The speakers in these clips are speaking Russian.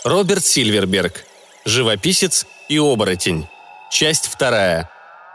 Роберт Сильверберг. Живописец и оборотень. Часть 2.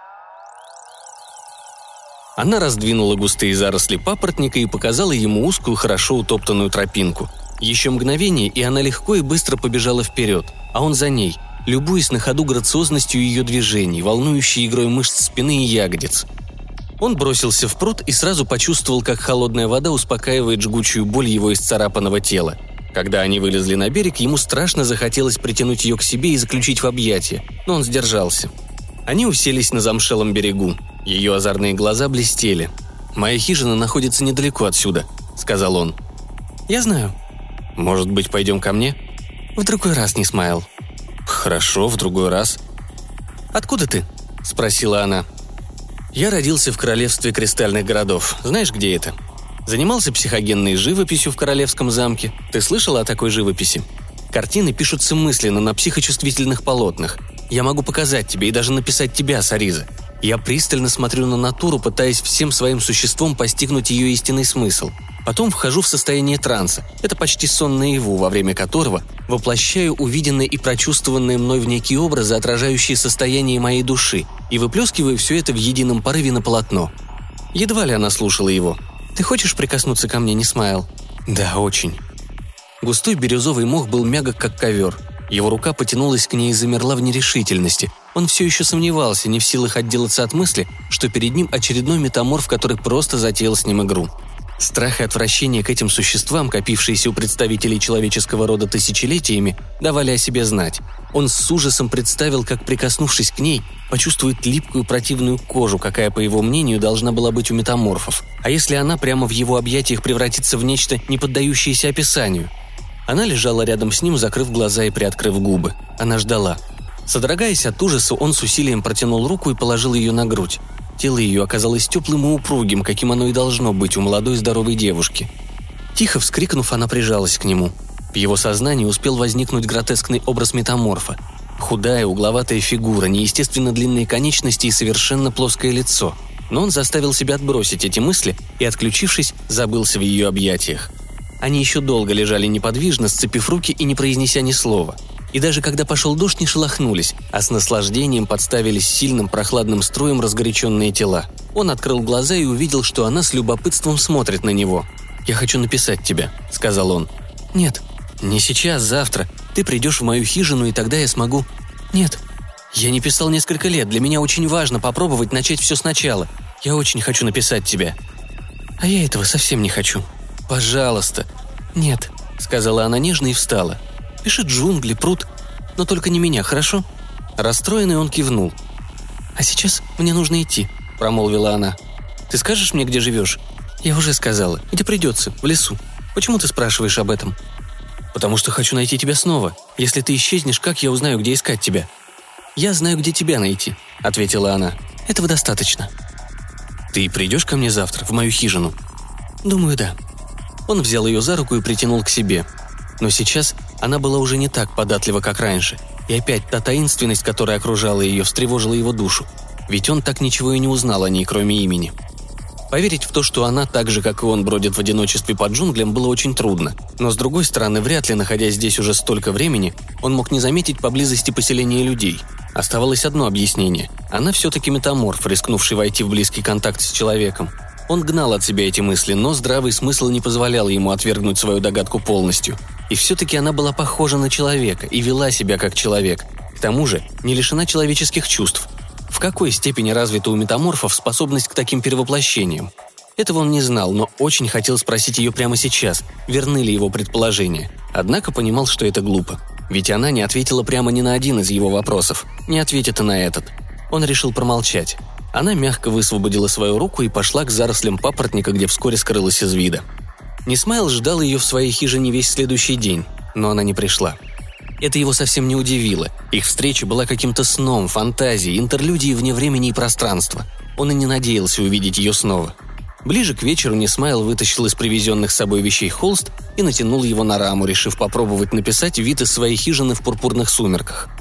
Она раздвинула густые заросли папоротника и показала ему узкую, хорошо утоптанную тропинку. Еще мгновение, и она легко и быстро побежала вперед, а он за ней, любуясь на ходу грациозностью ее движений, волнующей игрой мышц спины и ягодиц. Он бросился в пруд и сразу почувствовал, как холодная вода успокаивает жгучую боль его исцарапанного тела. Когда они вылезли на берег, ему страшно захотелось притянуть ее к себе и заключить в объятия, но он сдержался. Они уселись на замшелом берегу. Ее озорные глаза блестели. «Моя хижина находится недалеко отсюда», — сказал он. «Я знаю». «Может быть, пойдем ко мне?» «В другой раз, не Смайл». «Хорошо, в другой раз». «Откуда ты?» — спросила она. «Я родился в королевстве кристальных городов. Знаешь, где это?» Занимался психогенной живописью в Королевском замке. Ты слышала о такой живописи? Картины пишутся мысленно на психочувствительных полотнах. Я могу показать тебе и даже написать тебя, Сариза. Я пристально смотрю на натуру, пытаясь всем своим существом постигнуть ее истинный смысл. Потом вхожу в состояние транса. Это почти сон наяву, во время которого воплощаю увиденные и прочувствованные мной в некие образы, отражающие состояние моей души, и выплескиваю все это в едином порыве на полотно. Едва ли она слушала его. «Ты хочешь прикоснуться ко мне, не Смайл?» «Да, очень». Густой бирюзовый мох был мягок, как ковер. Его рука потянулась к ней и замерла в нерешительности. Он все еще сомневался, не в силах отделаться от мысли, что перед ним очередной метаморф, который просто затеял с ним игру. Страх и отвращение к этим существам, копившиеся у представителей человеческого рода тысячелетиями, давали о себе знать. Он с ужасом представил, как, прикоснувшись к ней, почувствует липкую противную кожу, какая, по его мнению, должна была быть у метаморфов. А если она прямо в его объятиях превратится в нечто, не поддающееся описанию? Она лежала рядом с ним, закрыв глаза и приоткрыв губы. Она ждала. Содрогаясь от ужаса, он с усилием протянул руку и положил ее на грудь. Тело ее оказалось теплым и упругим, каким оно и должно быть у молодой здоровой девушки. Тихо вскрикнув, она прижалась к нему. В его сознании успел возникнуть гротескный образ метаморфа. Худая, угловатая фигура, неестественно длинные конечности и совершенно плоское лицо. Но он заставил себя отбросить эти мысли и, отключившись, забылся в ее объятиях. Они еще долго лежали неподвижно, сцепив руки и не произнеся ни слова. И даже когда пошел дождь, не шелохнулись, а с наслаждением подставились сильным прохладным струем разгоряченные тела. Он открыл глаза и увидел, что она с любопытством смотрит на него. «Я хочу написать тебя», — сказал он. «Нет, не сейчас, завтра. Ты придешь в мою хижину, и тогда я смогу...» «Нет, я не писал несколько лет. Для меня очень важно попробовать начать все сначала. Я очень хочу написать тебя». «А я этого совсем не хочу». «Пожалуйста». «Нет», — сказала она нежно и встала. «Пиши джунгли, пруд, но только не меня, хорошо?» Расстроенный он кивнул. «А сейчас мне нужно идти», — промолвила она. «Ты скажешь мне, где живешь?» «Я уже сказала. Где придется, в лесу. Почему ты спрашиваешь об этом?» «Потому что хочу найти тебя снова. Если ты исчезнешь, как я узнаю, где искать тебя?» «Я знаю, где тебя найти», — ответила она. «Этого достаточно». «Ты придешь ко мне завтра, в мою хижину?» «Думаю, да». Он взял ее за руку и притянул к себе. Но сейчас она была уже не так податлива, как раньше, и опять та таинственность, которая окружала ее, встревожила его душу. Ведь он так ничего и не узнал о ней, кроме имени. Поверить в то, что она, так же, как и он, бродит в одиночестве по джунглям, было очень трудно. Но, с другой стороны, вряд ли, находясь здесь уже столько времени, он мог не заметить поблизости поселения людей. Оставалось одно объяснение. Она все-таки метаморф, рискнувший войти в близкий контакт с человеком. Он гнал от себя эти мысли, но здравый смысл не позволял ему отвергнуть свою догадку полностью. И все-таки она была похожа на человека и вела себя как человек. К тому же не лишена человеческих чувств. В какой степени развита у метаморфов способность к таким перевоплощениям? Этого он не знал, но очень хотел спросить ее прямо сейчас, верны ли его предположения. Однако понимал, что это глупо. Ведь она не ответила прямо ни на один из его вопросов. Не ответит и на этот. Он решил промолчать. Она мягко высвободила свою руку и пошла к зарослям папоротника, где вскоре скрылась из вида. Несмайл ждал ее в своей хижине весь следующий день, но она не пришла. Это его совсем не удивило. Их встреча была каким-то сном, фантазией, интерлюдией вне времени и пространства. Он и не надеялся увидеть ее снова. Ближе к вечеру Несмайл вытащил из привезенных с собой вещей холст и натянул его на раму, решив попробовать написать вид из своей хижины в пурпурных сумерках.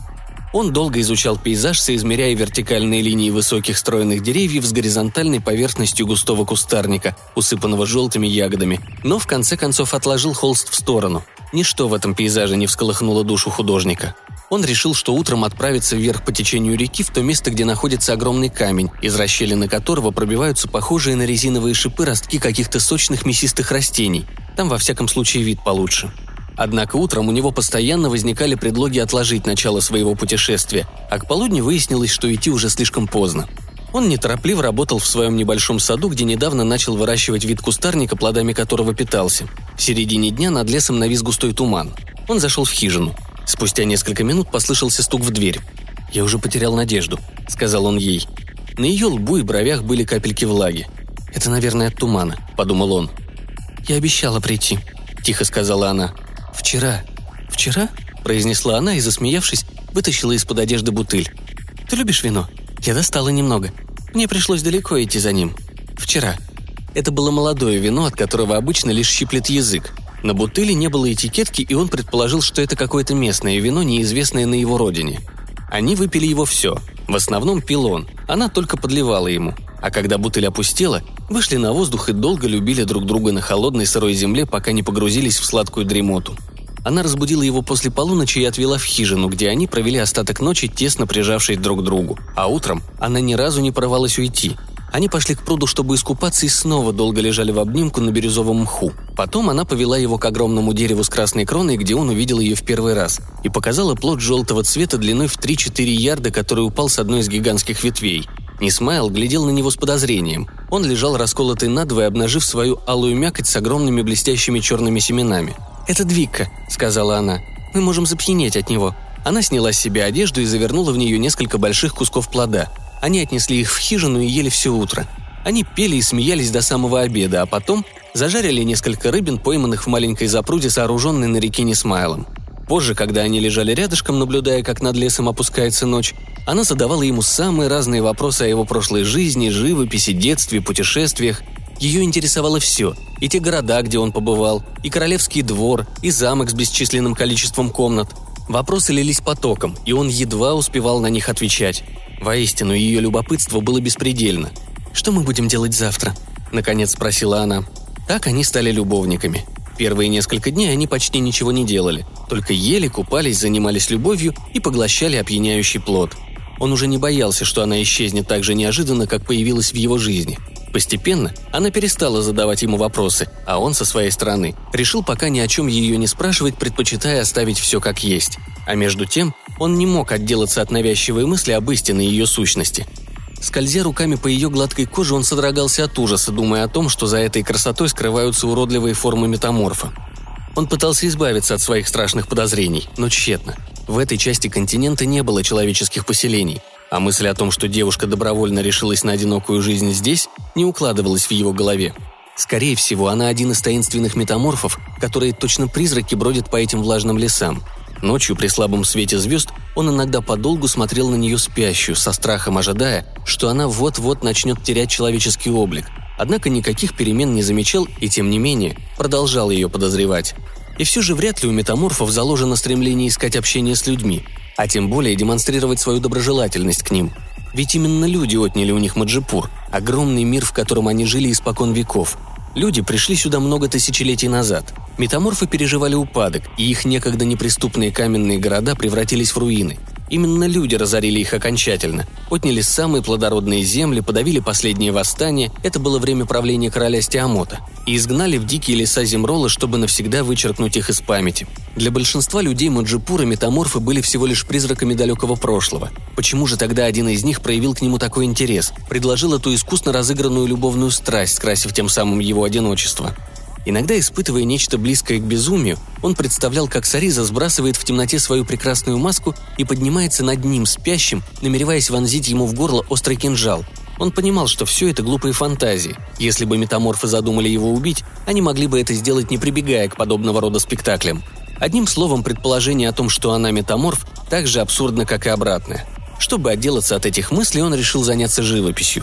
Он долго изучал пейзаж, соизмеряя вертикальные линии высоких стройных деревьев с горизонтальной поверхностью густого кустарника, усыпанного желтыми ягодами, но в конце концов отложил холст в сторону. Ничто в этом пейзаже не всколыхнуло душу художника. Он решил, что утром отправится вверх по течению реки в то место, где находится огромный камень, из расщелины которого пробиваются похожие на резиновые шипы ростки каких-то сочных мясистых растений. Там, во всяком случае, вид получше. Однако утром у него постоянно возникали предлоги отложить начало своего путешествия, а к полудню выяснилось, что идти уже слишком поздно. Он неторопливо работал в своем небольшом саду, где недавно начал выращивать вид кустарника, плодами которого питался. В середине дня над лесом навис густой туман. Он зашел в хижину. Спустя несколько минут послышался стук в дверь. «Я уже потерял надежду», — сказал он ей. На ее лбу и бровях были капельки влаги. «Это, наверное, от тумана», — подумал он. «Я обещала прийти», — тихо сказала она. «Вчера». «Вчера?» – произнесла она и, засмеявшись, вытащила из-под одежды бутыль. «Ты любишь вино? Я достала немного. Мне пришлось далеко идти за ним. Вчера». Это было молодое вино, от которого обычно лишь щиплет язык. На бутыли не было этикетки, и он предположил, что это какое-то местное вино, неизвестное на его родине. Они выпили его все. В основном пил он. Она только подливала ему. А когда бутыль опустела, вышли на воздух и долго любили друг друга на холодной сырой земле, пока не погрузились в сладкую дремоту. Она разбудила его после полуночи и отвела в хижину, где они провели остаток ночи, тесно прижавшись друг к другу. А утром она ни разу не порывалась уйти. Они пошли к пруду, чтобы искупаться, и снова долго лежали в обнимку на бирюзовом мху. Потом она повела его к огромному дереву с красной кроной, где он увидел ее в первый раз, и показала плод желтого цвета длиной в 3-4 ярда, который упал с одной из гигантских ветвей. Нисмайл глядел на него с подозрением. Он лежал расколотый надвое, обнажив свою алую мякоть с огромными блестящими черными семенами. «Это Двикка», — сказала она. «Мы можем запьянеть от него». Она сняла с себя одежду и завернула в нее несколько больших кусков плода. Они отнесли их в хижину и ели все утро. Они пели и смеялись до самого обеда, а потом зажарили несколько рыбин, пойманных в маленькой запруде, сооруженной на реке Нисмайлом. Позже, когда они лежали рядышком, наблюдая, как над лесом опускается ночь, она задавала ему самые разные вопросы о его прошлой жизни, живописи, детстве, путешествиях. Ее интересовало все – и те города, где он побывал, и королевский двор, и замок с бесчисленным количеством комнат. Вопросы лились потоком, и он едва успевал на них отвечать. Воистину, ее любопытство было беспредельно. «Что мы будем делать завтра?» – наконец спросила она. Так они стали любовниками. Первые несколько дней они почти ничего не делали, только ели, купались, занимались любовью и поглощали опьяняющий плод. Он уже не боялся, что она исчезнет так же неожиданно, как появилась в его жизни. Постепенно она перестала задавать ему вопросы, а он, со своей стороны, решил пока ни о чем ее не спрашивать, предпочитая оставить все как есть. А между тем он не мог отделаться от навязчивой мысли об истинной ее сущности. Скользя руками по ее гладкой коже, он содрогался от ужаса, думая о том, что за этой красотой скрываются уродливые формы метаморфа. Он пытался избавиться от своих страшных подозрений, но тщетно. В этой части континента не было человеческих поселений, а мысль о том, что девушка добровольно решилась на одинокую жизнь здесь, не укладывалась в его голове. Скорее всего, она один из таинственных метаморфов, которые точно призраки бродят по этим влажным лесам. Ночью при слабом свете звезд он иногда подолгу смотрел на нее спящую, со страхом ожидая, что она вот-вот начнет терять человеческий облик. Однако никаких перемен не замечал и, тем не менее, продолжал ее подозревать. И все же вряд ли у метаморфов заложено стремление искать общение с людьми, а тем более демонстрировать свою доброжелательность к ним. Ведь именно люди отняли у них Маджипур, огромный мир, в котором они жили испокон веков. Люди пришли сюда много тысячелетий назад. Метаморфы переживали упадок, и их некогда неприступные каменные города превратились в руины. Именно люди разорили их окончательно, отняли самые плодородные земли, подавили последние восстания, это было время правления короля Стиамота, и изгнали в дикие леса Земрола, чтобы навсегда вычеркнуть их из памяти. Для большинства людей Маджипура метаморфы были всего лишь призраками далекого прошлого. Почему же тогда один из них проявил к нему такой интерес, предложил эту искусно разыгранную любовную страсть, скрасив тем самым его одиночество? Иногда, испытывая нечто близкое к безумию, он представлял, как Сариза сбрасывает в темноте свою прекрасную маску и поднимается над ним, спящим, намереваясь вонзить ему в горло острый кинжал. Он понимал, что все это глупые фантазии. Если бы метаморфы задумали его убить, они могли бы это сделать, не прибегая к подобного рода спектаклям. Одним словом, предположение о том, что она метаморф, так же абсурдно, как и обратное. Чтобы отделаться от этих мыслей, он решил заняться живописью.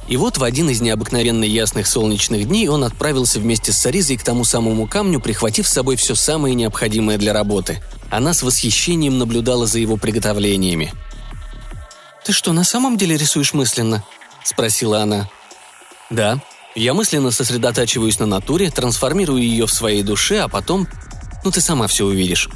И вот в один из необыкновенно ясных солнечных дней он отправился вместе с Саризой к тому самому камню, прихватив с собой все самое необходимое для работы. Она с восхищением наблюдала за его приготовлениями. «Ты что, на самом деле рисуешь мысленно?» – спросила она. «Да. Я мысленно сосредотачиваюсь на натуре, трансформирую ее в своей душе, а потом… Ну, ты сама все увидишь».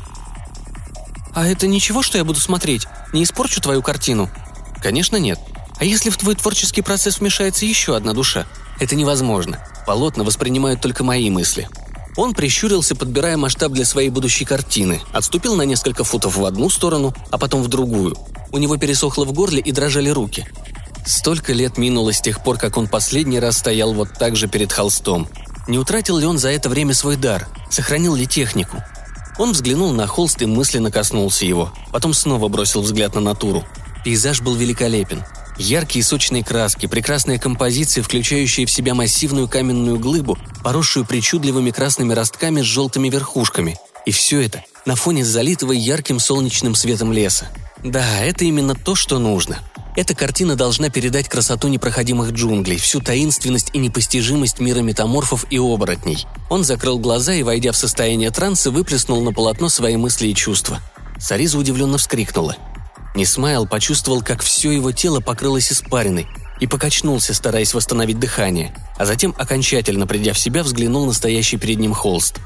«А это ничего, что я буду смотреть? Не испорчу твою картину?» «Конечно нет. А если в твой творческий процесс вмешается еще одна душа? Это невозможно. Полотна воспринимают только мои мысли». Он прищурился, подбирая масштаб для своей будущей картины, отступил на несколько футов в одну сторону, а потом в другую. У него пересохло в горле и дрожали руки. Столько лет минуло с тех пор, как он последний раз стоял вот так же перед холстом. Не утратил ли он за это время свой дар? Сохранил ли технику? Он взглянул на холст и мысленно коснулся его. Потом снова бросил взгляд на натуру. Пейзаж был великолепен. Яркие сочные краски, прекрасная композиция, включающая в себя массивную каменную глыбу, поросшую причудливыми красными ростками с желтыми верхушками. И все это на фоне залитого ярким солнечным светом леса. Да, это именно то, что нужно. Эта картина должна передать красоту непроходимых джунглей, всю таинственность и непостижимость мира метаморфов и оборотней. Он закрыл глаза и, войдя в состояние транса, выплеснул на полотно свои мысли и чувства. Сариза удивленно вскрикнула. Нисмайл почувствовал, как все его тело покрылось испариной, и покачнулся, стараясь восстановить дыхание, а затем, окончательно придя в себя, взглянул на стоящий перед ним холст.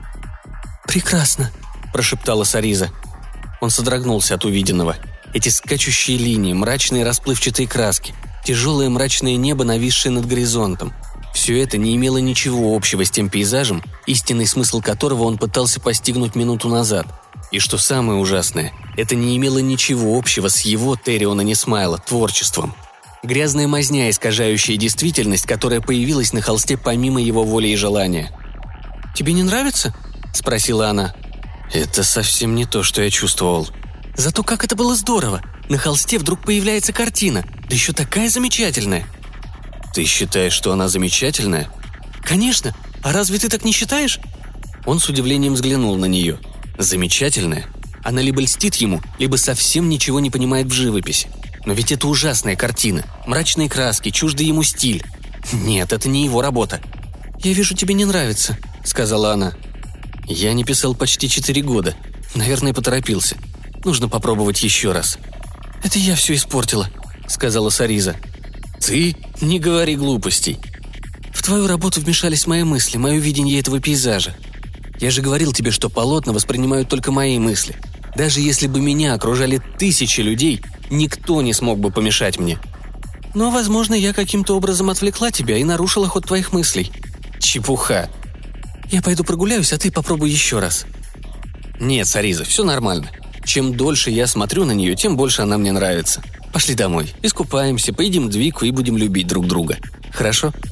«Прекрасно», – прошептала Сариза. Он содрогнулся от увиденного. Эти скачущие линии, мрачные расплывчатые краски, тяжелое мрачное небо, нависшее над горизонтом. Все это не имело ничего общего с тем пейзажем, истинный смысл которого он пытался постигнуть минуту назад. И что самое ужасное, это не имело ничего общего с его, Терриона Нисмайла, творчеством. Грязная мазня, искажающая действительность, которая появилась на холсте помимо его воли и желания. «Тебе не нравится?» – спросила она. «Это совсем не то, что я чувствовал». «Зато как это было здорово! На холсте вдруг появляется картина, да еще такая замечательная!» «Ты считаешь, что она замечательная?» «Конечно! А разве ты так не считаешь?» Он с удивлением взглянул на нее. «Замечательная? Она либо льстит ему, либо совсем ничего не понимает в живописи. Но ведь это ужасная картина, мрачные краски, чуждый ему стиль. Нет, это не его работа». «Я вижу, тебе не нравится», — сказала она. «Я не писал почти 4 года. Наверное, поторопился. Нужно попробовать еще раз». «Это я все испортила», — сказала Сариза. «Ты? Не говори глупостей. В твою работу вмешались мои мысли, мое видение этого пейзажа. Я же говорил тебе, что полотна воспринимают только мои мысли. Даже если бы меня окружали тысячи людей, никто не смог бы помешать мне. Но, возможно, я каким-то образом отвлекла тебя и нарушила ход твоих мыслей». «Чепуха». «Я пойду прогуляюсь, а ты попробуй еще раз». «Нет, Сариза, все нормально. Чем дольше я смотрю на нее, тем больше она мне нравится. Пошли домой, искупаемся, поедим двику и будем любить друг друга. Хорошо?»